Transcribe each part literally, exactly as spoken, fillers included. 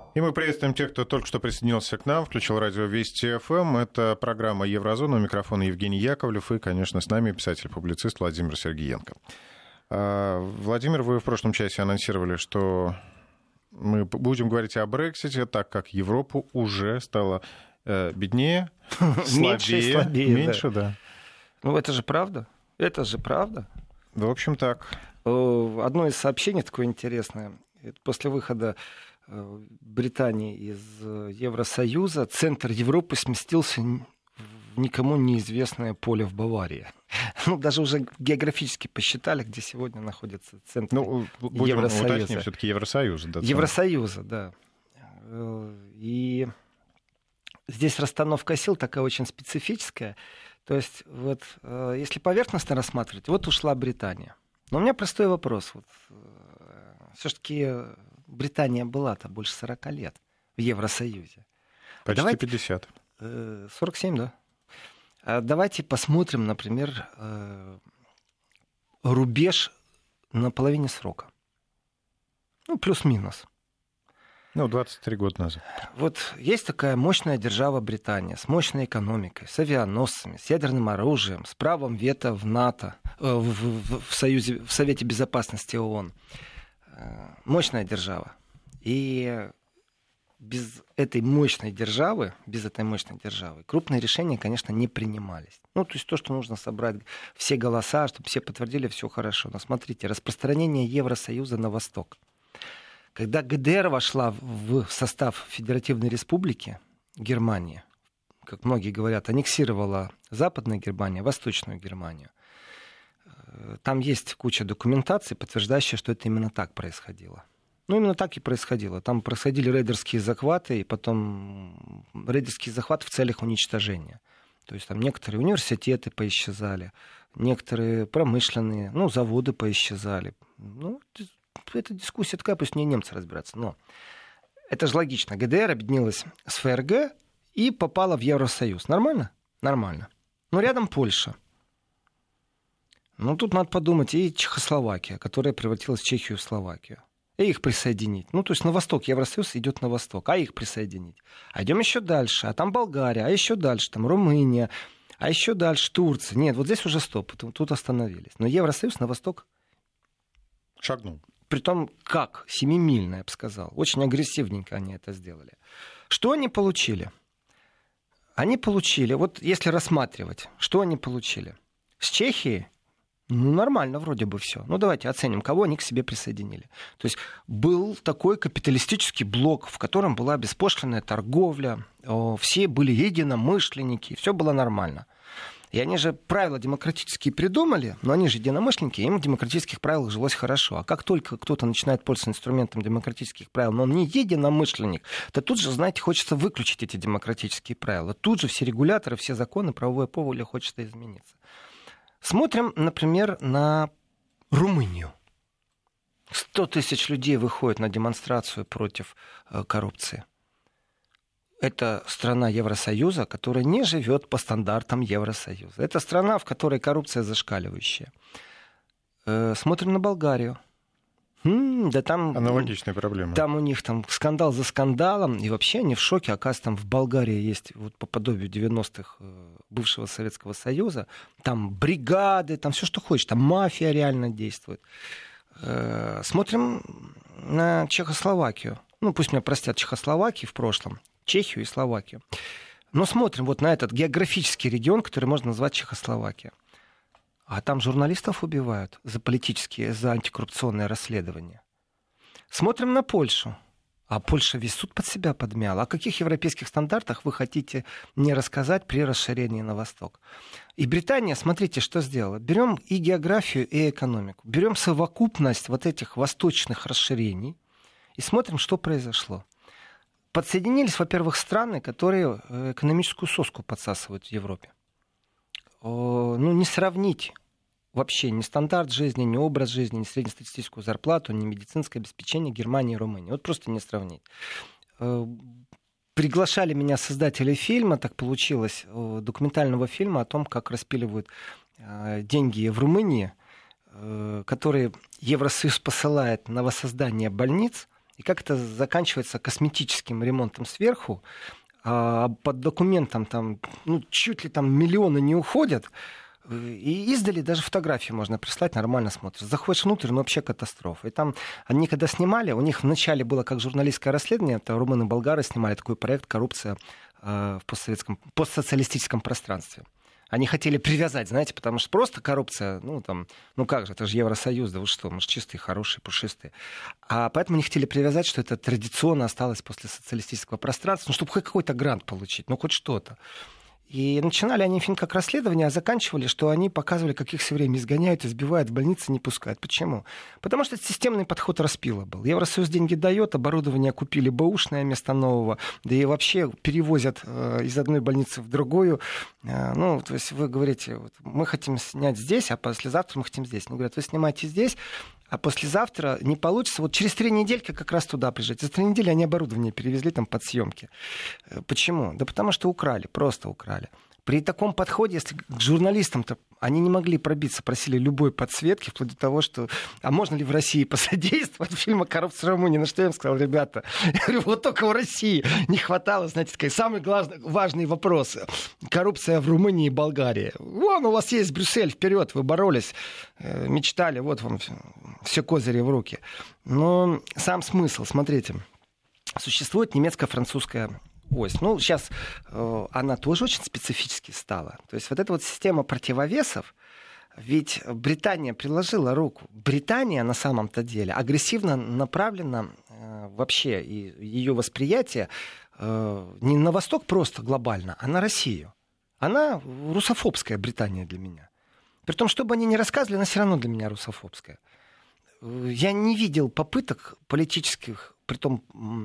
И мы приветствуем тех, кто только что присоединился к нам, включил радио Вести ФМ. Это программа «Еврозона». У микрофона Евгений Яковлев и, конечно, с нами писатель-публицист Владимир Сергиенко. Владимир, вы в прошлом часе анонсировали, что мы будем говорить о Брексите, так как Европа уже стала беднее, слабее. Меньше и слабее, меньше, да. да. Ну, это же правда. Это же правда. В общем, так. Одно из сообщений такое интересное. После выхода Британии из Евросоюза центр Европы сместился в никому неизвестное поле в Баварии. Ну, даже уже географически посчитали, где сегодня находится центр ну, будем Евросоюза. Уточним, все-таки Евросоюза. Да, Евросоюза, да. И здесь расстановка сил такая очень специфическая. То есть, вот, если поверхностно рассматривать, вот ушла Британия. Но у меня простой вопрос. Вот, все-таки Британия была-то больше сорока лет в Евросоюзе. Почти Давайте, пятьдесят. сорок семь, да. Давайте посмотрим, например, рубеж на половине срока. Ну, плюс-минус. Ну, двадцать три года назад. Вот есть такая мощная держава Британия с мощной экономикой, с авианосцами, с ядерным оружием, с правом вето в НАТО, в, в, в, Союзе, в Совете Безопасности ООН. Мощная держава. И без этой мощной державы, без этой мощной державы крупные решения, конечно, не принимались. Ну, то есть то, что нужно собрать все голоса, чтобы все подтвердили, все хорошо. Но смотрите, распространение Евросоюза на восток. Когда ГДР вошла в состав Федеративной Республики Германии, как многие говорят, аннексировала Западную Германию, Восточную Германию, там есть куча документации, подтверждающая, что это именно так происходило. Ну, именно так и происходило. Там происходили рейдерские захваты, и потом рейдерские захваты в целях уничтожения. То есть там некоторые университеты поисчезали, некоторые промышленные, ну, заводы поисчезали. Ну, эта дискуссия такая, пусть не немцы разбираться. Но это же логично. ГДР объединилась с ФРГ и попала в Евросоюз. Нормально? Нормально. Но рядом Польша. Ну, тут надо подумать и Чехословакия, которая превратилась в Чехию и Словакию. И их присоединить. Ну, то есть на восток Евросоюз идет на восток, а их присоединить. А идем еще дальше. А там Болгария, а еще дальше там Румыния, а еще дальше Турция. Нет, вот здесь уже стоп, тут остановились. Но Евросоюз на восток шагнул. Притом как? Семимильно, я бы сказал. Очень агрессивненько они это сделали. Что они получили? Они получили, вот если рассматривать, что они получили? С Чехией, ну, нормально вроде бы все. Ну, давайте оценим, кого они к себе присоединили. То есть был такой капиталистический блок, в котором была беспошлинная торговля, все были единомышленники, все было нормально. И они же правила демократические придумали, но они же единомышленники, им в демократических правилах жилось хорошо. А как только кто-то начинает пользоваться инструментом демократических правил, но он не единомышленник, то тут же, знаете, хочется выключить эти демократические правила. Тут же все регуляторы, все законы, правовое поле хочется измениться. Смотрим, например, на Румынию. сто тысяч людей выходят на демонстрацию против э, коррупции. Это страна Евросоюза, которая не живет по стандартам Евросоюза. Это страна, в которой коррупция зашкаливающая. Э, смотрим на Болгарию. М-м, да там, аналогичные проблемы. Там у них там скандал за скандалом, и вообще они в шоке. Оказывается, там в Болгарии есть вот по подобию девяностых бывшего Советского Союза, там бригады, там все, что хочешь, там мафия реально действует. Э, смотрим на Чехословакию. Ну, пусть меня простят Чехословакии в прошлом, Чехию и Словакию. Но смотрим вот на этот географический регион, который можно назвать Чехословакия. А там журналистов убивают за политические, за антикоррупционные расследования. Смотрим на Польшу. А Польша весь суд под себя подмяла. О каких европейских стандартах вы хотите мне рассказать при расширении на восток? И Британия, смотрите, что сделала. Берем и географию, и экономику. Берем совокупность вот этих восточных расширений и смотрим, что произошло. Подсоединились, во-первых, страны, которые экономическую соску подсасывают в Европе. Ну, не сравнить вообще ни стандарт жизни, ни образ жизни, ни среднестатистическую зарплату, ни медицинское обеспечение Германии и Румынии. Вот просто не сравнить. Приглашали меня создатели фильма, так получилось, документального фильма о том, как распиливают деньги в Румынии, которые Евросоюз посылает на воссоздание больниц, И как это заканчивается косметическим ремонтом сверху, а под документом там, ну, чуть ли там миллионы не уходят, и издали даже фотографии можно прислать, нормально смотришь. Заходишь внутрь, ну вообще катастрофа. И там они когда снимали, у них вначале было как журналистское расследование, это румыны и болгары снимали такой проект «Коррупция в постсоветском, постсоциалистическом пространстве». Они хотели привязать, знаете, потому что просто коррупция, ну там, ну как же, это же Евросоюз, да вы что, мы же чистые, хорошие, пушистые. А поэтому они хотели привязать, что это традиционно осталось после социалистического пространства, ну чтобы хоть какой-то грант получить, ну хоть что-то. И начинали они фильм как расследование, а заканчивали, что они показывали, как их все время изгоняют, избивают, в больницы не пускают. Почему? Потому что это системный подход распила был. Евросоюз деньги дает, оборудование купили бэушное вместо нового, да и вообще перевозят э, из одной больницы в другую. Э, ну, то есть вы говорите, вот, мы хотим снять здесь, а послезавтра мы хотим здесь. Они говорят, вы снимаете здесь, а послезавтра не получится. Вот через три недельки как раз туда приезжать. За три недели они оборудование перевезли там под съемки. Почему? Да потому что украли, просто украли. При таком подходе, если к журналистам-то они не могли пробиться, просили любой подсветки, вплоть до того, что а можно ли в России посодействовать фильму «Коррупция в Румынии». На что я им сказал, ребята, я говорю, вот только в России не хватало, знаете, такой самый главный, важный вопрос. Коррупция в Румынии и Болгарии. Вон у вас есть Брюссель, вперед, вы боролись, мечтали, вот вам все козыри в руки. Но сам смысл, смотрите, существует немецко-французская ось. Ну, сейчас э, она тоже очень специфически стала. То есть вот эта вот система противовесов, ведь Британия приложила руку. Британия на самом-то деле агрессивно направлена э, вообще, и ее восприятие э, не на восток просто глобально, а на Россию. Она русофобская Британия для меня. При том, что бы они ни рассказывали, она все равно для меня русофобская. Я не видел попыток политических, притом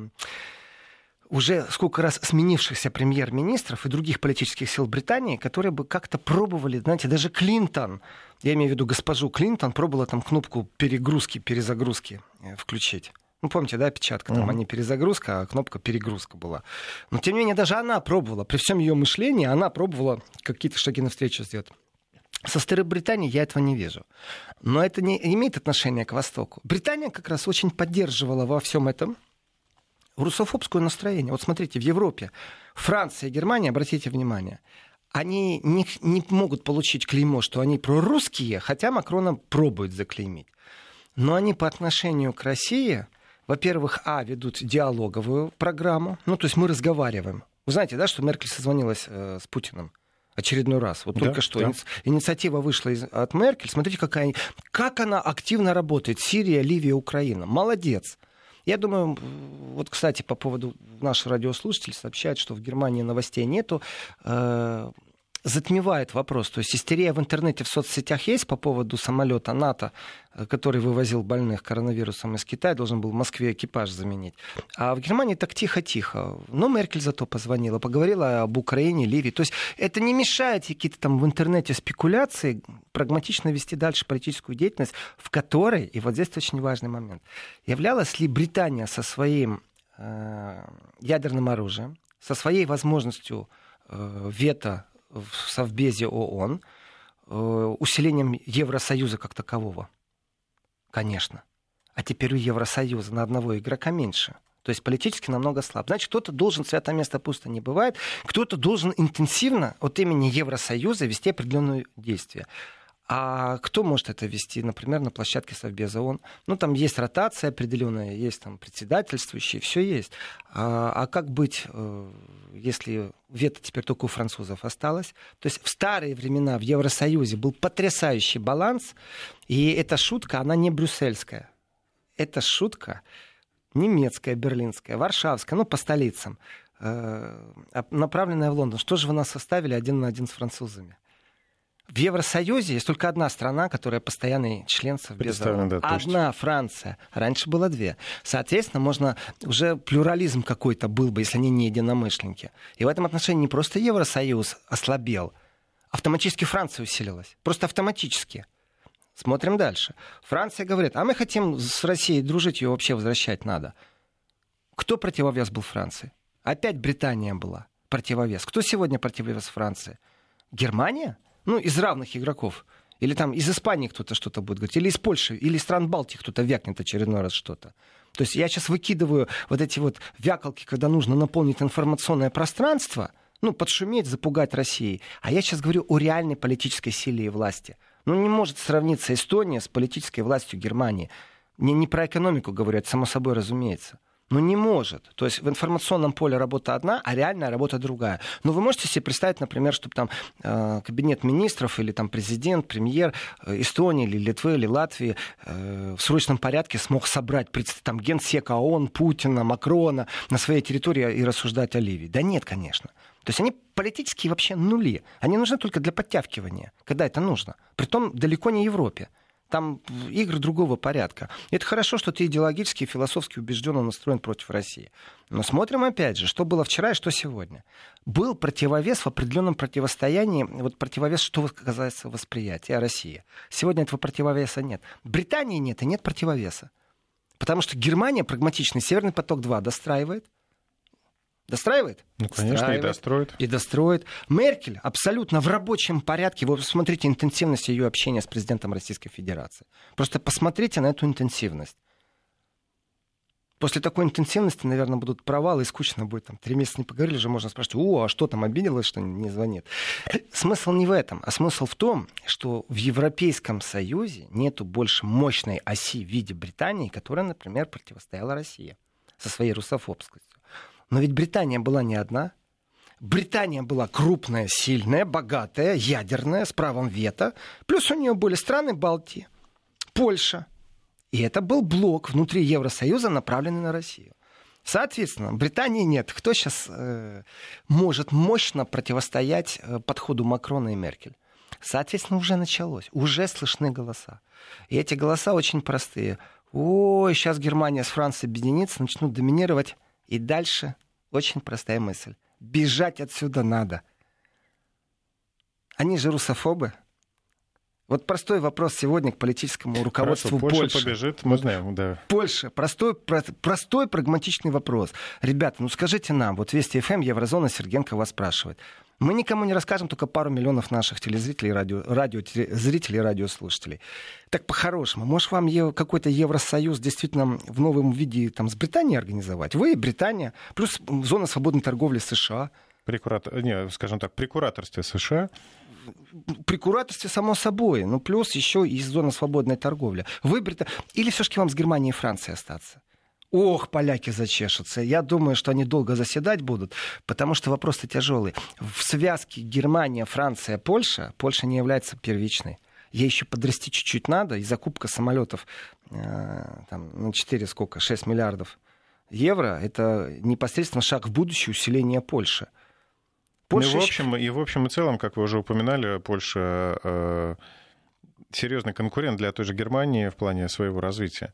уже сколько раз сменившихся премьер-министров и других политических сил Британии, которые бы как-то пробовали, знаете, даже Клинтон, я имею в виду госпожу Клинтон, пробовала там кнопку перегрузки, перезагрузки включить. Ну, помните, да, опечатка, там, mm-hmm. а не перезагрузка, а кнопка перегрузка была. Но, тем не менее, даже она пробовала, при всем ее мышлении, она пробовала какие-то шаги навстречу сделать. Со стороны Британии я этого не вижу. Но это не имеет отношения к Востоку. Британия как раз очень поддерживала во всем этом русофобское настроение. Вот смотрите, в Европе Франция и Германия, обратите внимание, они не, не могут получить клеймо, что они прорусские, хотя Макрона пробуют заклеймить. Но они по отношению к России, во-первых, а, ведут диалоговую программу, ну, то есть мы разговариваем. Вы знаете, да, что Меркель созвонилась э, с Путиным очередной раз. Вот да, только что да. Инициатива вышла из, от Меркель. Смотрите, какая, как она активно работает. Сирия, Ливия, Украина. Молодец. Я думаю, вот, кстати, по поводу наших радиослушателей сообщают, что в Германии новостей нету. Э, затмевает вопрос. То есть истерия в интернете, в соцсетях есть по поводу самолета НАТО, который вывозил больных коронавирусом из Китая, должен был в Москве экипаж заменить. А в Германии так тихо-тихо. Но Меркель зато позвонила, поговорила об Украине, Ливии. То есть это не мешает какие-то там в интернете спекуляции прагматично вести дальше политическую деятельность, в которой, и вот здесь очень важный момент, являлась ли Британия со своим э, ядерным оружием, со своей возможностью э, вето в Совбезе ООН, усилением Евросоюза как такового? Конечно. А теперь у Евросоюза на одного игрока меньше. То есть политически намного слаб. Значит, кто-то должен, святое место пусто не бывает, кто-то должен интенсивно от имени Евросоюза вести определенные действия. А кто может это вести, например, на площадке Совбеза ООН? Ну, там есть ротация определенная, есть там председательствующие, все есть. А, а как быть, если вето теперь только у французов осталось? То есть в старые времена в Евросоюзе был потрясающий баланс, и эта шутка, она не брюссельская. Эта шутка немецкая, берлинская, варшавская, ну, по столицам, направленная в Лондон. Что же вы нас оставили один на один с французами? В Евросоюзе есть только одна страна, которая постоянный член Совбеза. Да, одна Франция. Раньше было две. Соответственно, можно уже плюрализм какой-то был бы, если они не единомышленники. И в этом отношении не просто Евросоюз ослабел, автоматически Франция усилилась. Просто автоматически. Смотрим дальше. Франция говорит, а мы хотим с Россией дружить, ее вообще возвращать надо. Кто противовес был Франции? Опять Британия была противовес. Кто сегодня противовес Франции? Германия? Ну, из равных игроков. Или там из Испании кто-то что-то будет говорить. Или из Польши, или из стран Балтии кто-то вякнет очередной раз что-то. То есть я сейчас выкидываю вот эти вот вякалки, когда нужно наполнить информационное пространство, ну, подшуметь, запугать Россией. А я сейчас говорю о реальной политической силе и власти. Ну, не может сравниться Эстония с политической властью Германии. Не, не про экономику говорю, это само собой разумеется. Ну, не может. То есть в информационном поле работа одна, а реальная работа другая. Но вы можете себе представить, например, чтобы там э, кабинет министров или там президент, премьер э, Эстонии или Литвы или Латвии э, в срочном порядке смог собрать там генсека ООН, Путина, Макрона на своей территории и рассуждать о Ливии? Да нет, конечно. То есть они политические вообще нули. Они нужны только для подтягивания, когда это нужно. Притом далеко не Европе. Там игры другого порядка. Это хорошо, что ты идеологически и философски убежденно настроен против России. Но смотрим опять же, что было вчера и что сегодня. Был противовес в определенном противостоянии, вот противовес, что касается восприятия России. Сегодня этого противовеса нет. Британии нет и нет противовеса. Потому что Германия прагматичный Северный поток-два достраивает. Достраивает? Ну, конечно, и достроит. И достроит. Меркель абсолютно в рабочем порядке. Вы посмотрите интенсивность ее общения с президентом Российской Федерации. Просто посмотрите на эту интенсивность. После такой интенсивности, наверное, будут провалы, и скучно будет. Там, три месяца не поговорили, уже можно спрашивать, о, а что там, обиделась, что не звонит? Смысл не в этом, а смысл в том, что в Европейском Союзе нету больше мощной оси в виде Британии, которая, например, противостояла России со своей русофобскостью. Но ведь Британия была не одна. Британия была крупная, сильная, богатая, ядерная, с правом вето. Плюс у нее были страны Балтии, Польша. И это был блок внутри Евросоюза, направленный на Россию. Соответственно, Британии нет. Кто сейчас э, может мощно противостоять э, подходу Макрона и Меркель? Соответственно, уже началось. Уже слышны голоса. И эти голоса очень простые. Ой, сейчас Германия с Францией объединится, начнут доминировать. И дальше очень простая мысль. Бежать отсюда надо. Они же русофобы. Вот простой вопрос сегодня к политическому руководству Хорошо, Польша. Польши. Польша побежит, мы знаем, да. Польша. Простой, про, простой прагматичный вопрос. Ребята, ну скажите нам, вот Вести ФМ, Еврозона, Сергенко вас спрашивает. Мы никому не расскажем, только пару миллионов наших телезрителей, радио, радио, зрителей и радиослушателей. Так по-хорошему, может вам ев, какой-то Евросоюз действительно в новом виде там, с Британией организовать? Вы, Британия, плюс зона свободной торговли США. Прикуратор, не, скажем так, при кураторстве США. При кураторстве, само собой. Ну, плюс еще и зона свободной торговли. Вы, Брита... Или все-таки вам с Германией и Францией остаться? Ох, поляки зачешутся. Я думаю, что они долго заседать будут, потому что вопрос-то тяжелый. В связке Германия, Франция, Польша, Польша не является первичной. Ей еще подрасти чуть-чуть надо, и закупка самолетов э, там, на четыре, сколько, шесть миллиардов евро, это непосредственно шаг в будущее усиления Польши. Польша... Ну, и, в общем, и в общем и целом, как вы уже упоминали, Польша э, серьезный конкурент для той же Германии в плане своего развития.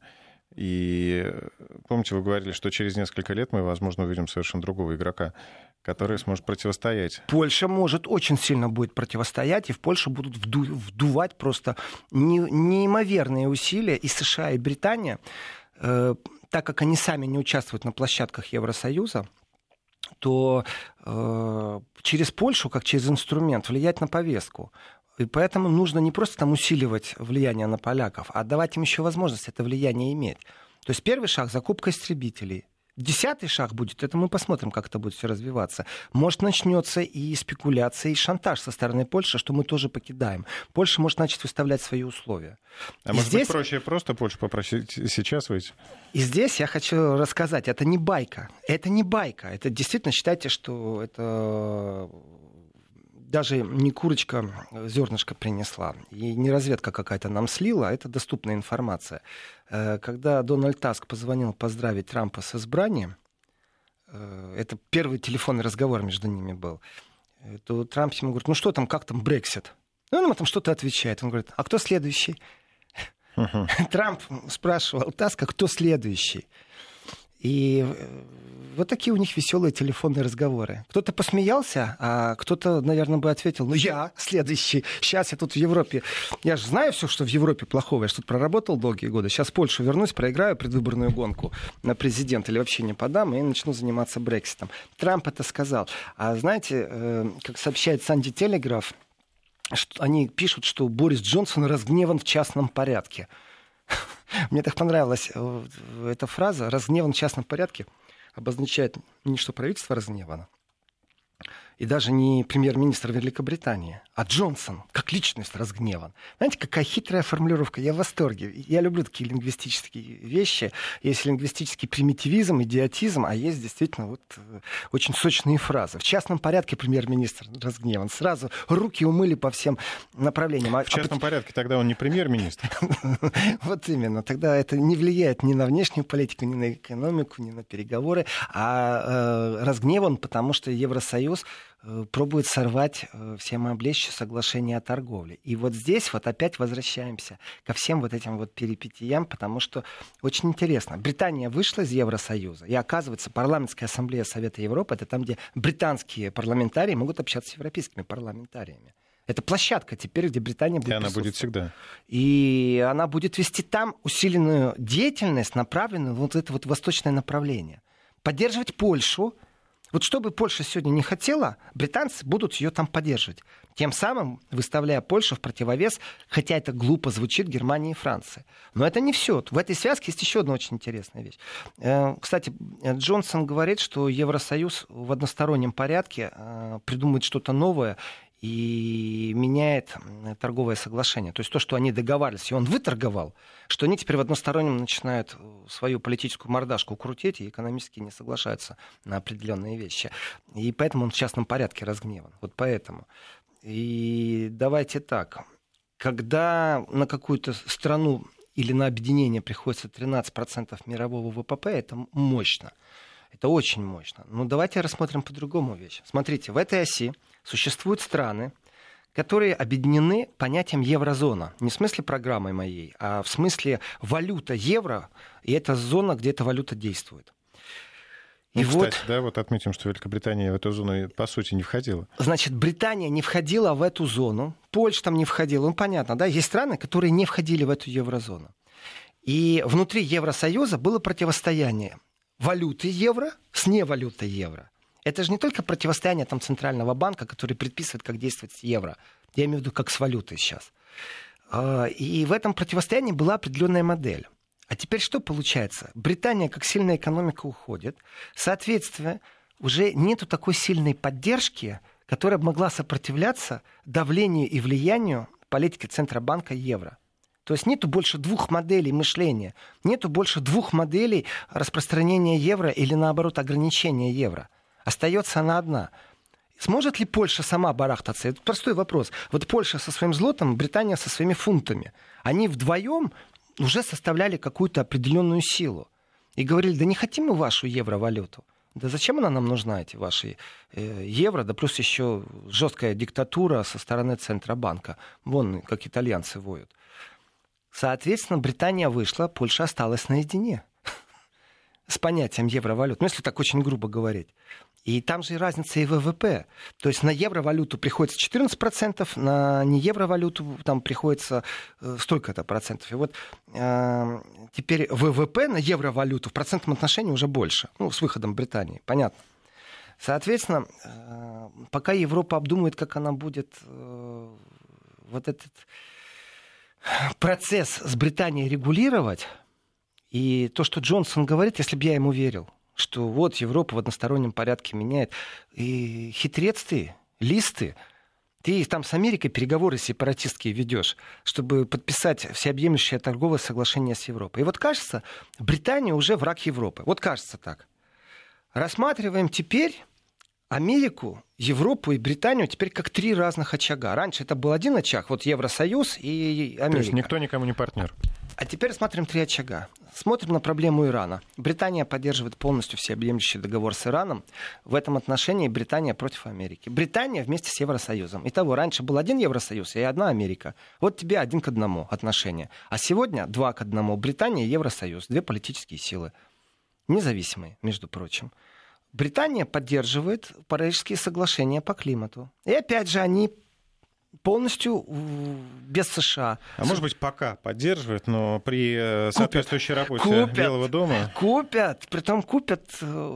И помните, вы говорили, что через несколько лет мы, возможно, увидим совершенно другого игрока, который сможет противостоять. Польша может очень сильно будет противостоять, и в Польшу будут вду- вдувать просто не- неимоверные усилия и США, и Британия, э, так как они сами не участвуют на площадках Евросоюза, то э, через Польшу, как через инструмент, влиять на повестку. И поэтому нужно не просто там усиливать влияние на поляков, а давать им еще возможность это влияние иметь. То есть первый шаг — закупка истребителей. Десятый шаг будет, это мы посмотрим, как это будет все развиваться. Может, начнется и спекуляция, и шантаж со стороны Польши, что мы тоже покидаем. Польша может начать выставлять свои условия. А и может здесь... быть, проще просто Польшу попросить сейчас выйти? И здесь я хочу рассказать, это не байка. Это не байка. Это действительно, считайте, что это... Даже не курочка зернышко принесла, и не разведка какая-то нам слила, это доступная информация. Когда Дональд Таск позвонил поздравить Трампа с избранием, это первый телефонный разговор между ними был, то Трамп ему говорит, ну что там, как там Брексит? Ну, он ему там что-то отвечает. Он говорит, а кто следующий? Uh-huh. Трамп спрашивал Таска, кто следующий? И вот такие у них веселые телефонные разговоры. Кто-то посмеялся, а кто-то, наверное, бы ответил, ну я следующий, сейчас я тут в Европе. Я же знаю все, что в Европе плохого. Я же тут проработал долгие годы. Сейчас в Польшу вернусь, проиграю предвыборную гонку на президента или вообще не подам, и начну заниматься Брекситом. Трамп это сказал. А знаете, как сообщает Санди Телеграф, они пишут, что Борис Джонсон разгневан в частном порядке. Мне так понравилась эта фраза. Разгневан в частном порядке обозначает не что правительство разгневано, и даже не премьер-министр Великобритании, а Джонсон, как личность, разгневан. Знаете, какая хитрая формулировка. Я в восторге. Я люблю такие лингвистические вещи. Есть лингвистический примитивизм, идиотизм, а есть действительно вот очень сочные фразы. В частном порядке премьер-министр разгневан. Сразу руки умыли по всем направлениям. В частном порядке тогда он не премьер-министр. Вот именно. Тогда это не влияет ни на внешнюю политику, ни на экономику, ни на переговоры. А разгневан, потому что Евросоюз пробует сорвать всеобъемлющее соглашение о торговле. И вот здесь вот опять возвращаемся ко всем вот этим вот перипетиям, потому что очень интересно. Британия вышла из Евросоюза, и оказывается, парламентская ассамблея Совета Европы — это там, где британские парламентарии могут общаться с европейскими парламентариями. Это площадка теперь, где Британия будет. И она будет всегда. И она будет вести там усиленную деятельность, направленную вот в это вот восточное направление. Поддерживать Польшу. Вот что бы Польша сегодня не хотела, британцы будут ее там поддерживать. Тем самым выставляя Польшу в противовес, хотя это глупо звучит, Германии и Франции. Но это не все. В этой связке есть еще одна очень интересная вещь. Кстати, Джонсон говорит, что Евросоюз в одностороннем порядке придумает что-то новое и меняет торговое соглашение. То есть то, что они договаривались, и он выторговал, что они теперь в одностороннем начинают свою политическую мордашку крутить и экономически не соглашаются на определенные вещи. И поэтому он в частном порядке разгневан. Вот поэтому. И давайте так. Когда на какую-то страну или на объединение приходится тринадцать процентов мирового ВВП, это мощно. Это очень мощно. Но давайте рассмотрим по-другому вещь. Смотрите, в этой оси существуют страны, которые объединены понятием еврозона. Не в смысле программы моей, а в смысле валюта евро, и это зона, где эта валюта действует. И ну, вот, кстати, да, вот отметим, что Великобритания в эту зону, по сути, не входила. Значит, Британия не входила в эту зону, Польша там не входила, ну, понятно, да, есть страны, которые не входили в эту еврозону. И внутри Евросоюза было противостояние валюты евро с невалютой евро. Это же не только противостояние там, Центрального банка, который предписывает, как действовать с евро. Я имею в виду, как с валютой сейчас. И в этом противостоянии была определенная модель. А теперь что получается? Британия, как сильная экономика, уходит. Соответственно, уже нету такой сильной поддержки, которая могла сопротивляться давлению и влиянию политики Центробанка евро. То есть нету больше двух моделей мышления, нету больше двух моделей распространения евро или, наоборот, ограничения евро. Остается она одна. Сможет ли Польша сама барахтаться? Это простой вопрос. Вот Польша со своим злотом, Британия со своими фунтами. Они вдвоем уже составляли какую-то определенную силу. И говорили, да не хотим мы вашу евровалюту. Да зачем она нам нужна, эти ваши э, евро? Да плюс еще жесткая диктатура со стороны Центробанка. Вон, как итальянцы воют. Соответственно, Британия вышла, Польша осталась наедине с понятием евровалют. Ну, если так очень грубо говорить. И там же и разница и ВВП. То есть на евровалюту приходится четырнадцать процентов, на неевровалюту там приходится э, столько-то процентов. И вот э, теперь ВВП на евровалюту в процентном отношении уже больше. Ну, с выходом Британии, понятно. Соответственно, э, пока Европа обдумывает, как она будет э, вот этот процесс с Британией регулировать, и то, что Джонсон говорит, если бы я ему верил, что вот Европа в одностороннем порядке меняет, и хитрец ты, лист ты, ты там с Америкой переговоры сепаратистские ведешь, чтобы подписать всеобъемлющее торговое соглашение с Европой. И вот кажется, Британия уже враг Европы. Вот кажется так. Рассматриваем теперь Америку, Европу и Британию теперь как три разных очага. Раньше это был один очаг, вот Евросоюз и Америка. То есть никто никому не партнер. А теперь рассмотрим три очага. Смотрим на проблему Ирана. Британия поддерживает полностью всеобъемлющий договор с Ираном. В этом отношении Британия против Америки. Британия вместе с Евросоюзом. Итого, раньше был один Евросоюз и одна Америка. Вот тебе один к одному отношения. А сегодня два к одному. Британия и Евросоюз. Две политические силы. Независимые, между прочим. Британия поддерживает Парижские соглашения по климату. И опять же, они полностью без США. А может быть, пока поддерживают, но при купят, соответствующей работе купят, Белого дома... Купят, притом купят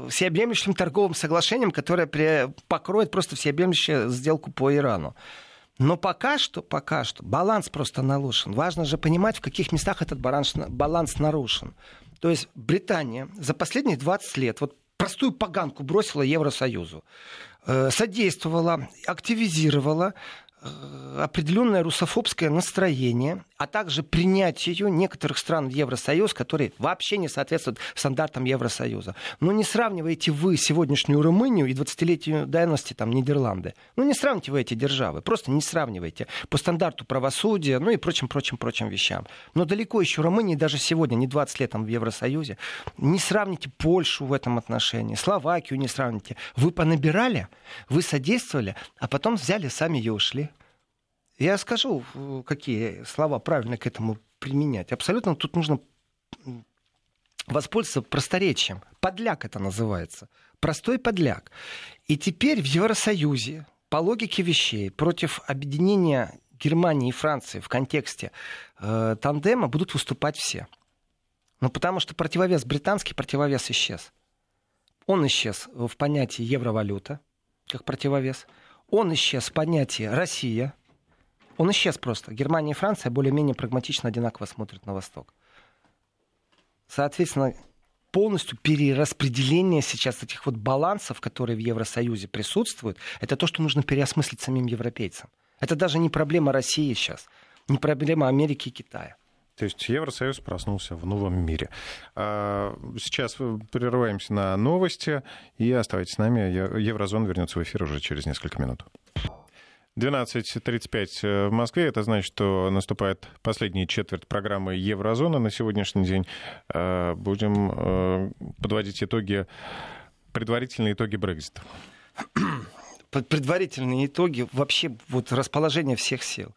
всеобъемлющим торговым соглашением, которое покроет просто всеобъемлющую сделку по Ирану. Но пока что, пока что баланс просто нарушен. Важно же понимать, в каких местах этот баланс, баланс нарушен. То есть Британия за последние двадцать лет вот простую поганку бросила Евросоюзу, э, содействовала, активизировала определенное русофобское настроение, а также принятию некоторых стран в Евросоюз, которые вообще не соответствуют стандартам Евросоюза. Но не сравнивайте вы сегодняшнюю Румынию и двадцатилетнюю давности там, Нидерланды. Ну не сравните вы эти державы, просто не сравнивайте по стандарту правосудия, ну и прочим-прочим-прочим вещам. Но далеко еще Румынии даже сегодня, не двадцать лет там, в Евросоюзе. Не сравните Польшу в этом отношении, Словакию не сравните. Вы понабирали, вы содействовали, а потом взяли сами и ушли. Я скажу, какие слова правильно к этому применять. Абсолютно тут нужно воспользоваться просторечием. Подляк это называется. Простой подляк. И теперь в Евросоюзе, по логике вещей, против объединения Германии и Франции в контексте э, тандема будут выступать все. Ну, потому что противовес британский, противовес исчез. Он исчез в понятии евровалюта, как противовес. Он исчез в понятии Россия. Он исчез просто. Германия и Франция более-менее прагматично одинаково смотрят на Восток. Соответственно, полностью перераспределение сейчас этих вот балансов, которые в Евросоюзе присутствуют, это то, что нужно переосмыслить самим европейцам. Это даже не проблема России сейчас, не проблема Америки и Китая. То есть Евросоюз проснулся в новом мире. Сейчас прерываемся на новости и оставайтесь с нами. Еврозона вернется в эфир уже через несколько минут. двенадцать тридцать пять в Москве. Это значит, что наступает последняя четверть программы Еврозона. На сегодняшний день будем подводить итоги, предварительные итоги Брексита. Предварительные итоги, вообще вот расположение всех сил.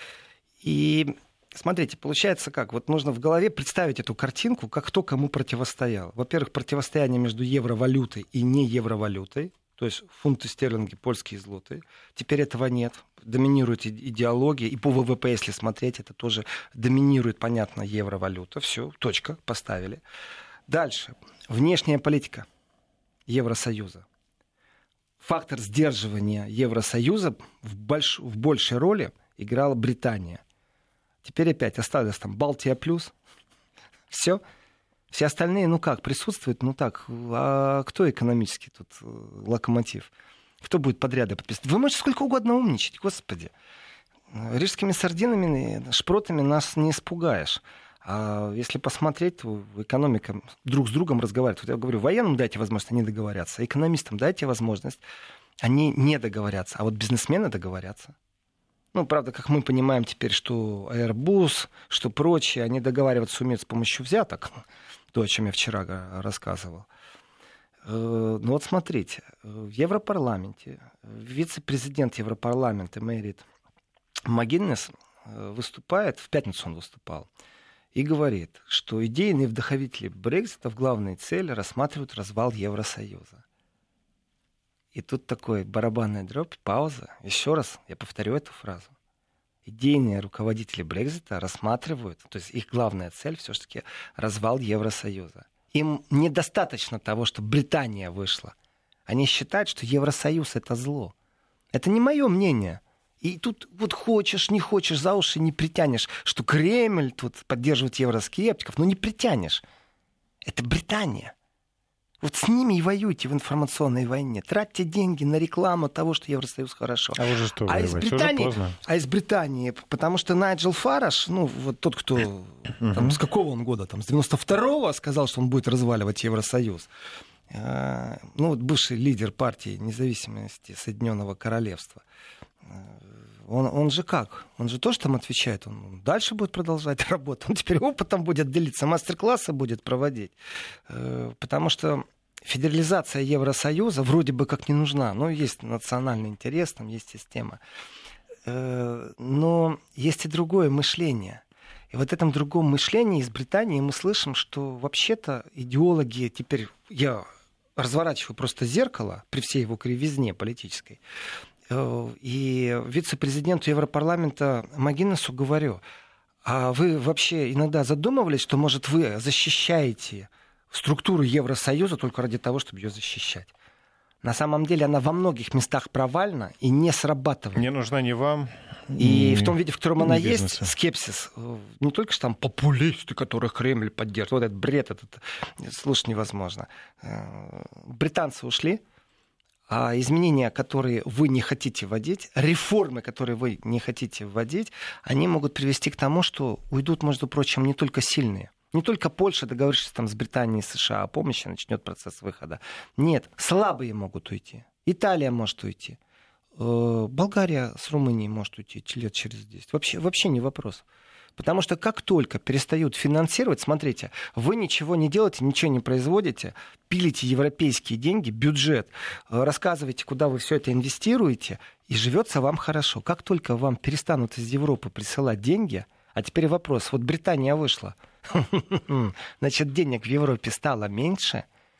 И смотрите, получается как? Вот нужно в голове представить эту картинку, как кто кому противостоял. Во-первых, противостояние между евровалютой и не евровалютой. То есть фунты стерлинги, польские злоты. Теперь этого нет. Доминирует идеология. И по ВВП, если смотреть, это тоже доминирует, понятно, евровалюта. Все, точка, поставили. Дальше. Внешняя политика Евросоюза. Фактор сдерживания Евросоюза в, больш... в большей роли играла Британия. Теперь опять осталось там Балтия плюс. Все. Все остальные, ну как, присутствуют, ну так, а кто экономический тут локомотив? Кто будет подряды подписывать? Вы можете сколько угодно умничать, господи. Рижскими сардинами, шпротами нас не испугаешь. А если посмотреть, то экономика друг с другом разговаривает. Вот я говорю, военным дайте возможность, они договорятся. Экономистам дайте возможность, они не договорятся. А вот бизнесмены договорятся. Ну, правда, как мы понимаем теперь, что Airbus, что прочие, они договариваться умеют с помощью взяток. То, о чем я вчера рассказывал. Ну вот смотрите, в Европарламенте вице-президент Европарламента Мэрит МакГиннес выступает, в пятницу он выступал, и говорит, что идейные вдохновители Брексита в главной цели рассматривают развал Евросоюза. И тут такой барабанная дробь, пауза. Еще раз я повторю эту фразу. Идейные руководители Брексита рассматривают, то есть их главная цель все-таки развал Евросоюза. Им недостаточно того, что Британия вышла. Они считают, что Евросоюз — это зло. Это не мое мнение. И тут вот хочешь, не хочешь, за уши не притянешь, что Кремль тут поддерживает евроскептиков, но не притянешь. Это Британия. Вот с ними и воюйте в информационной войне. Тратьте деньги на рекламу того, что Евросоюз хорошо. А уже что а воевать? из Британии, уже поздно. А из Британии, потому что Найджел Фараш, ну вот тот, кто там, с какого он года, там, с девяносто второго сказал, что он будет разваливать Евросоюз. Ну вот бывший лидер партии независимости Соединенного Королевства. Он, он же как? Он же тоже там отвечает. Он дальше будет продолжать работу. Он теперь опытом будет делиться, мастер-классы будет проводить. Потому что федерализация Евросоюза вроде бы как не нужна. Но есть национальный интерес, там есть система. Но есть и другое мышление. И вот в этом другом мышлении из Британии мы слышим, что вообще-то идеологи теперь... Я разворачиваю просто зеркало при всей его кривизне политической. И вице-президенту Европарламента МакГиннесу говорю, а вы вообще иногда задумывались, что, может, вы защищаете структуру Евросоюза только ради того, чтобы ее защищать? На самом деле она во многих местах провальна и не срабатывает. Не нужна ни вам, И не, в том виде, в котором она бизнеса. есть, скепсис, не только что там популисты, которых Кремль поддерживает, вот этот бред, этот слушать невозможно. Британцы ушли, а изменения, которые вы не хотите вводить, реформы, которые вы не хотите вводить, они могут привести к тому, что уйдут, между прочим, не только сильные. Не только Польша, договорившись там с Британией и США о помощи, начнет процесс выхода. Нет, слабые могут уйти. Италия может уйти. Болгария с Румынией может уйти лет через десять. Вообще, вообще не вопрос. Потому что как только перестают финансировать, смотрите, вы ничего не делаете, ничего не производите, пилите европейские деньги, бюджет, рассказываете, куда вы все это инвестируете, и живется вам хорошо. Как только вам перестанут из Европы присылать деньги, а теперь вопрос, вот Британия вышла, значит, денег в Европе стало меньше.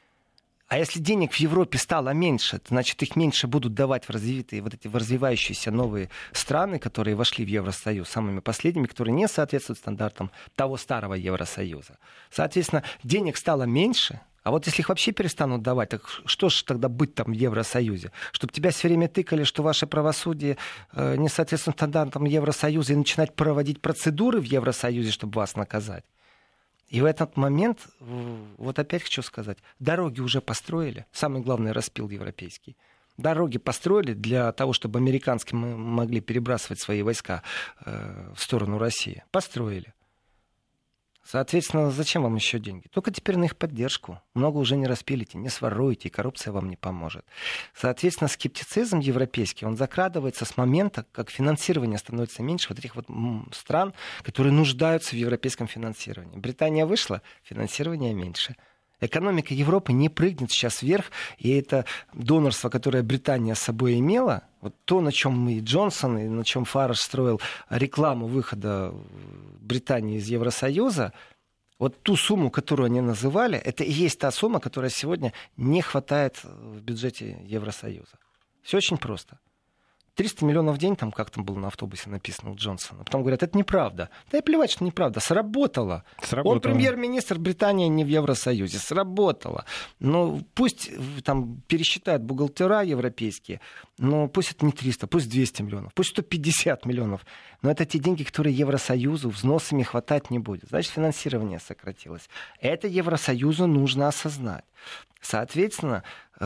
А если денег в Европе стало меньше, то, значит, их меньше будут давать в развитые, вот эти в развивающиеся новые страны, которые вошли в Евросоюз, самыми последними, которые не соответствуют стандартам того старого Евросоюза. Соответственно, денег стало меньше, а вот если их вообще перестанут давать, так что ж тогда быть там в Евросоюзе? Чтобы тебя все время тыкали, что ваше правосудие э, не соответствует стандартам Евросоюза, и начинать проводить процедуры в Евросоюзе, чтобы вас наказать. И в этот момент, вот опять хочу сказать, дороги уже построили. Самый главный распил европейский. Дороги построили для того, чтобы американские могли перебрасывать свои войска э, в сторону России. Построили. Соответственно, зачем вам еще деньги? Только теперь на их поддержку. Много уже не распилите, не своруете, и коррупция вам не поможет. Соответственно, скептицизм европейский, он закрадывается с момента, как финансирование становится меньше вот этих вот стран, которые нуждаются в европейском финансировании. Британия вышла, финансирование меньше. Экономика Европы не прыгнет сейчас вверх, и это донорство, которое Британия с собой имела, вот то, на чем и Джонсон, и на чем Фараж строил рекламу выхода Британии из Евросоюза, вот ту сумму, которую они называли, это и есть та сумма, которая сегодня не хватает в бюджете Евросоюза. Все очень просто. триста миллионов в день, там как там было на автобусе написано у Джонсона. Потом говорят, это неправда. Да и плевать, что неправда. Сработало. Сработало. Он премьер-министр Британии не в Евросоюзе. Сработало. Ну, пусть там пересчитают бухгалтера европейские, но пусть это не триста, пусть двести миллионов, пусть сто пятьдесят миллионов. Но это те деньги, которые Евросоюзу взносами хватать не будет. Значит, финансирование сократилось. Это Евросоюзу нужно осознать. Соответственно,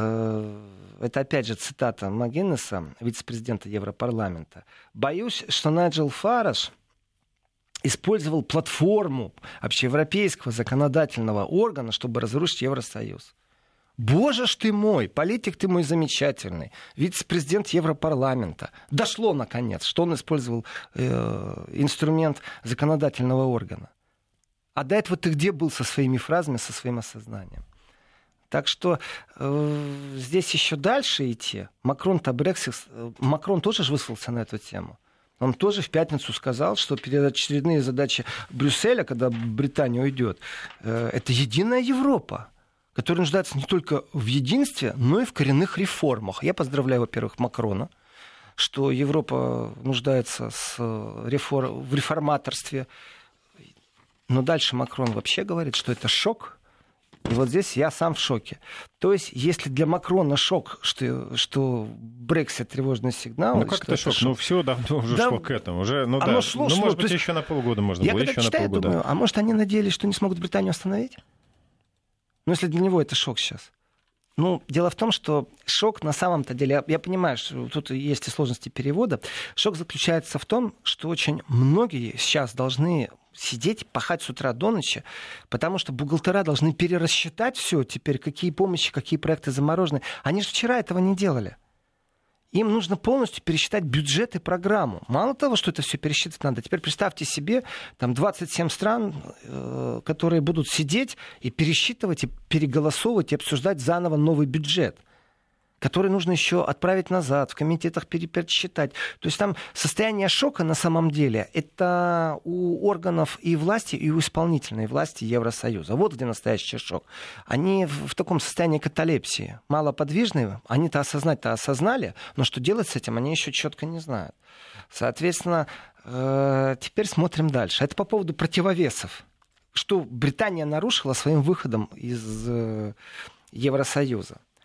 это опять же цитата Магинеса, вице-президента Европарламента. «Боюсь, что Найджел Фараж использовал платформу общеевропейского законодательного органа, чтобы разрушить Евросоюз». Боже ж ты мой, политик ты мой замечательный, вице-президент Европарламента. Дошло, наконец, что он использовал э, инструмент законодательного органа. А до этого ты где был со своими фразами, со своим осознанием? Так что э, здесь еще дальше идти. Макрон-то Брексит, Макрон тоже же высказался на эту тему. Он тоже в пятницу сказал, что очередные задачи Брюсселя, когда Британия уйдет, э, это единая Европа, которая нуждается не только в единстве, но и в коренных реформах. Я поздравляю, во-первых, Макрона, что Европа нуждается с реформ... в реформаторстве. Но дальше Макрон вообще говорит, что это шок. И вот здесь я сам в шоке. То есть, если для Макрона шок, что, что Брексит тревожный сигнал... Ну, как это шок? шок? Ну, все давно уже да, шло к этому. Уже, ну, да. шло, ну, шло. Может быть, есть... еще на полгода можно я было. Я когда читаю, думаю, а может, они надеялись, что не смогут Британию остановить? Ну, если для него это шок сейчас. Ну, дело в том, что шок на самом-то деле... Я, я понимаю, что тут есть и сложности перевода. Шок заключается в том, что очень многие сейчас должны... сидеть, пахать с утра до ночи, потому что бухгалтера должны перерасчитать все теперь, какие помощи, какие проекты заморожены. Они же вчера этого не делали. Им нужно полностью пересчитать бюджет и программу. Мало того, что это все пересчитать надо, теперь представьте себе там двадцать семь стран, э, которые будут сидеть и пересчитывать, и переголосовывать, и обсуждать заново новый бюджет, который нужно еще отправить назад, в комитетах пересчитать. То есть там состояние шока на самом деле это у органов и власти, и у исполнительной власти Евросоюза. Вот где настоящий шок. Они в таком состоянии каталепсии, малоподвижные. Они-то осознать-то осознали, но что делать с этим, они еще четко не знают. Соответственно, теперь смотрим дальше. Это по поводу противовесов. Что Британия нарушила своим выходом из Евросоюза.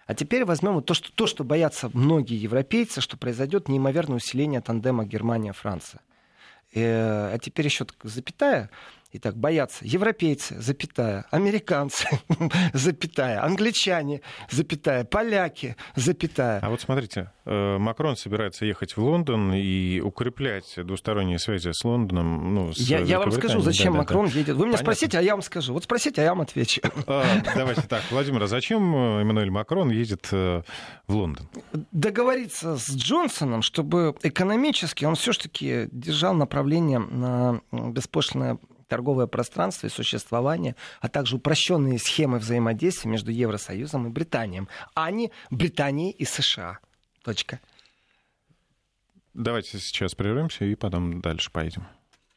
А теперь возьмем вот то, что, то, что боятся многие европейцы, что произойдет неимоверное усиление тандема Германия-Франция. Э, а теперь еще запятая. Итак, боятся европейцы, запятая, американцы, запятая, англичане, запятая, поляки, запятая. А вот смотрите, Макрон собирается ехать в Лондон и укреплять двусторонние связи с Лондоном. Ну, с я, я вам скажу, зачем да, Макрон да, да. едет. Вы меня Понятно. Спросите, а я вам скажу. Вот спросите, а я вам отвечу. А, давайте так, Владимир, а зачем Эммануэль Макрон едет в Лондон? Договориться с Джонсоном, чтобы экономически он все-таки держал направление на беспошлинное торговое пространство и существование, а также упрощенные схемы взаимодействия между Евросоюзом и Британией, а не Британией и США. Точка. Давайте сейчас прервемся и потом дальше поедем.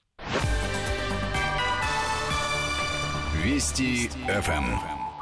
Вести эф эм.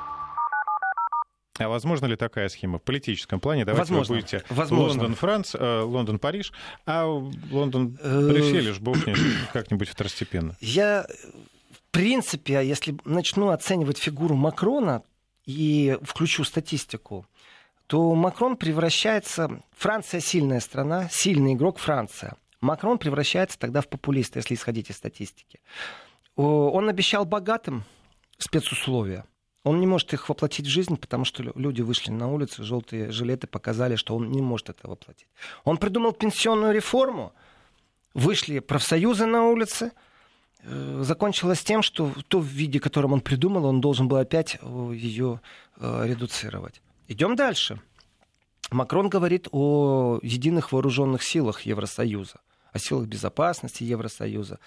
А возможно ли такая схема в политическом плане? Давайте возможно. Вы будете возможно. Лондон, Франц, э, Лондон, Париж, а Лондон, Брюссель уж бухнешь как-нибудь второстепенно. Я, в принципе, если начну оценивать фигуру Макрона и включу статистику, то Макрон превращается... Франция сильная страна, сильный игрок Франция. Макрон превращается тогда в популиста, если исходить из статистики. Он обещал богатым спецусловия. Он не может их воплотить в жизнь, потому что люди вышли на улицу, желтые жилеты показали, что он не может это воплотить. Он придумал пенсионную реформу, вышли профсоюзы на улицы, закончилось тем, что в том виде, в котором он придумал, он должен был опять ее редуцировать. Идем дальше. Макрон говорит о единых вооруженных силах Евросоюза, о силах безопасности Евросоюза.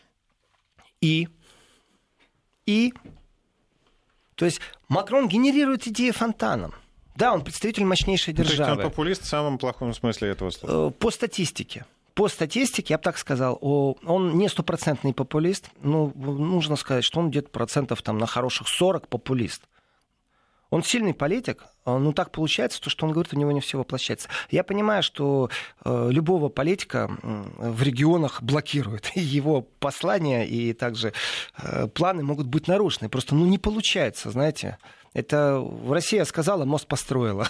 И... И... То есть Макрон генерирует идеи фонтаном. Да, он представитель мощнейшей державы. То есть он популист в самом плохом смысле этого слова? По статистике. По статистике, я бы так сказал, он не стопроцентный популист. Ну, нужно сказать, что он где-то процентов там, на хороших сорок популист. Он сильный политик, но так получается, то, что он говорит, у него не все воплощается. Я понимаю, что э, любого политика в регионах блокируют. И его послания и также э, планы могут быть нарушены. Просто ну, не получается, знаете. Это Россия сказала, мост построила.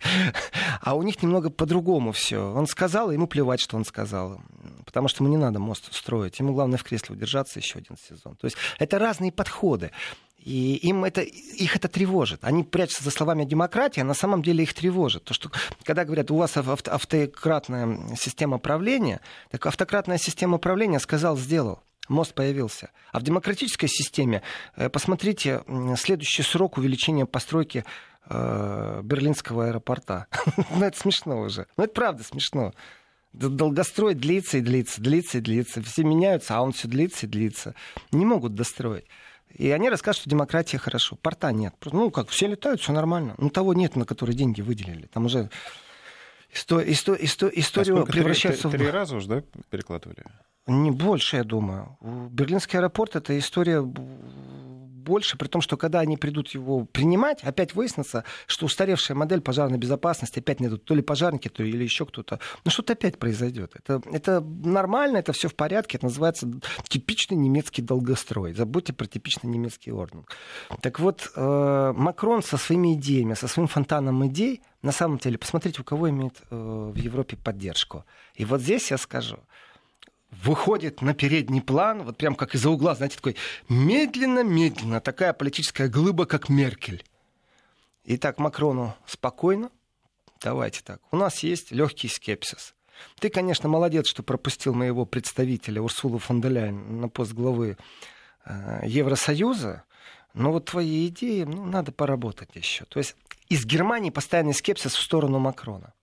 А у них немного по-другому все. Он сказал, ему плевать, что он сказал. Потому что ему не надо мост строить. Ему главное в кресле удержаться еще один сезон. То есть это разные подходы. И им это, их это тревожит. Они прячутся за словами демократии, а на самом деле их тревожит. То, что, когда говорят, у вас автократная система правления, так автократная система правления сказал, сделал. Мост появился. А в демократической системе, посмотрите, следующий срок увеличения постройки э, Берлинского аэропорта. Ну, это смешно уже. Ну, это правда смешно. Долгострой длится и длится, длится и длится. Все меняются, а он все длится и длится. Не могут достроить. И они расскажут, что демократия хорошо. Порта нет. Ну, как, все летают, все нормально. Ну, того нет, на который деньги выделили. Там уже исто- исто- исто- историю а превращается в... Три раза уже, да, перекладывали? Не больше, я думаю. Берлинский аэропорт — это история больше, при том, что когда они придут его принимать, опять выяснится, что устаревшая модель пожарной безопасности опять найдут то ли пожарники, то ли или еще кто-то. Ну, что-то опять произойдет. Это, это нормально, это все в порядке. Это называется типичный немецкий долгострой. Забудьте про типичный немецкий орден. Так вот, э, Макрон со своими идеями, со своим фонтаном идей, на самом деле, посмотрите, у кого имеет э, в Европе поддержку. И вот здесь я скажу, выходит на передний план, вот прям как из-за угла, знаете, такой медленно-медленно такая политическая глыба, как Меркель. Итак, Макрону спокойно. Давайте так. У нас есть легкий скепсис. Ты, конечно, молодец, что пропустил моего представителя Урсулу фон дер Ляйен на пост главы э, Евросоюза, но вот твои идеи, ну, надо поработать еще. То есть из Германии постоянный скепсис в сторону Макрона.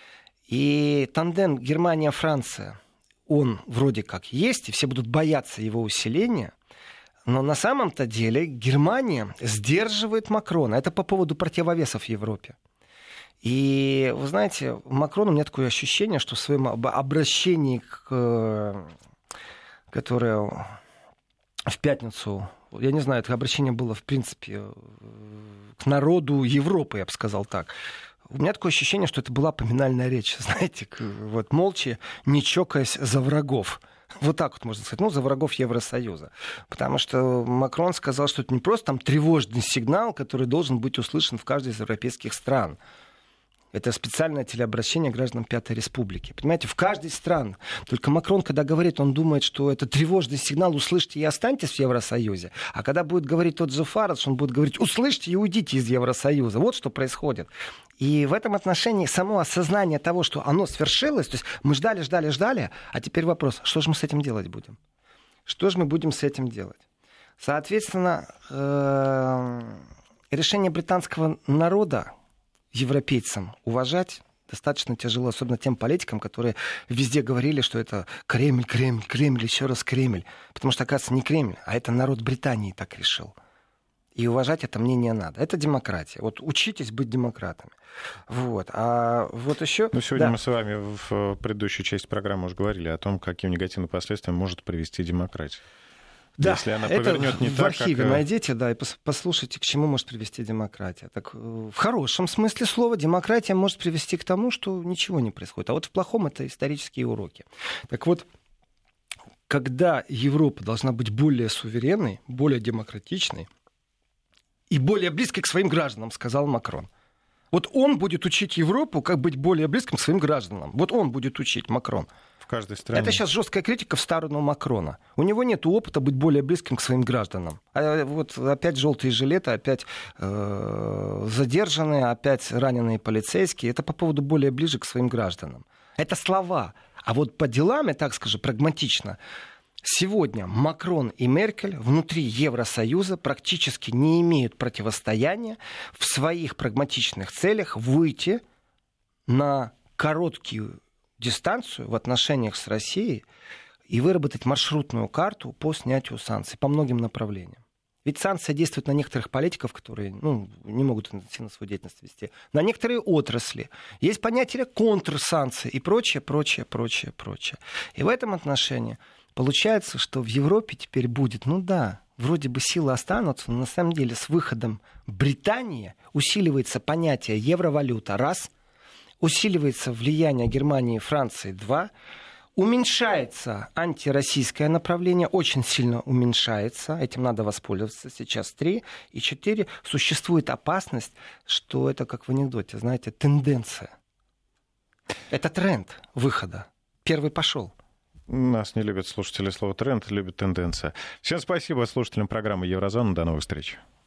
И тандем Германия-Франция, он вроде как есть, и все будут бояться его усиления, но на самом-то деле Германия сдерживает Макрона. Это по поводу противовесов в Европе. И, вы знаете, Макрон, у меня такое ощущение, что в своем обращении, к, которое в пятницу, я не знаю, это обращение было, в принципе, к народу Европы, я бы сказал так. У меня такое ощущение, что это была поминальная речь, знаете, вот молча, не чокаясь за врагов. Вот так вот можно сказать, ну, за врагов Евросоюза. Потому что Макрон сказал, что это не просто там тревожный сигнал, который должен быть услышан в каждой из европейских стран. Это специальное телеобращение гражданам Пятой Республики. Понимаете, в каждой стране. Только Макрон, когда говорит, он думает, что это тревожный сигнал, услышьте и останьтесь в Евросоюзе. А когда будет говорить тот же Фарадж, он будет говорить, услышьте и уйдите из Евросоюза. Вот что происходит. И в этом отношении само осознание того, что оно свершилось, то есть мы ждали, ждали, ждали, а теперь вопрос, что же мы с этим делать будем? Что же мы будем с этим делать? Соответственно, решение британского народа европейцам уважать достаточно тяжело, особенно тем политикам, которые везде говорили, что это Кремль, Кремль, Кремль, еще раз Кремль. Потому что, оказывается, не Кремль, а это народ Британии так решил. И уважать это мнение надо. Это демократия. Вот учитесь быть демократами. Вот. А вот еще... Ну, сегодня да. мы с вами в предыдущей части программы уже говорили о том, каким негативным последствиям может привести демократия. Да, если она это повернет не в так, архиве как... найдите, да, и послушайте, к чему может привести демократия. Так, в хорошем смысле слова демократия может привести к тому, что ничего не происходит. А вот в плохом это исторические уроки. Так вот, когда Европа должна быть более суверенной, более демократичной и более близкой к своим гражданам, сказал Макрон. Вот он будет учить Европу, как быть более близким к своим гражданам. Вот он будет учить, Макрон. В каждой стране. Это сейчас жесткая критика в сторону Макрона. У него нет опыта быть более близким к своим гражданам. А вот опять желтые жилеты, опять э, задержанные, опять раненые полицейские. Это по поводу более ближе к своим гражданам. Это слова. А вот по делам, я так скажу, прагматично. Сегодня Макрон и Меркель внутри Евросоюза практически не имеют противостояния в своих прагматичных целях выйти на короткую дистанцию в отношениях с Россией и выработать маршрутную карту по снятию санкций по многим направлениям. Ведь санкции действуют на некоторых политиков, которые ну, не могут интенсивно свою деятельность вести, на некоторые отрасли. Есть понятие контрсанкций и прочее, прочее, прочее, прочее. И в этом отношении получается, что в Европе теперь будет, ну да, вроде бы силы останутся, но на самом деле с выходом Британии усиливается понятие евровалюта, раз, усиливается влияние Германии и Франции, два, уменьшается антироссийское направление, очень сильно уменьшается, этим надо воспользоваться сейчас, три, и четыре, существует опасность, что это, как в анекдоте, знаете, тенденция. Это тренд выхода. Первый пошел. Нас не любят слушатели слова «тренд», любят «тенденция». Всем спасибо слушателям программы «Еврозона». До новых встреч.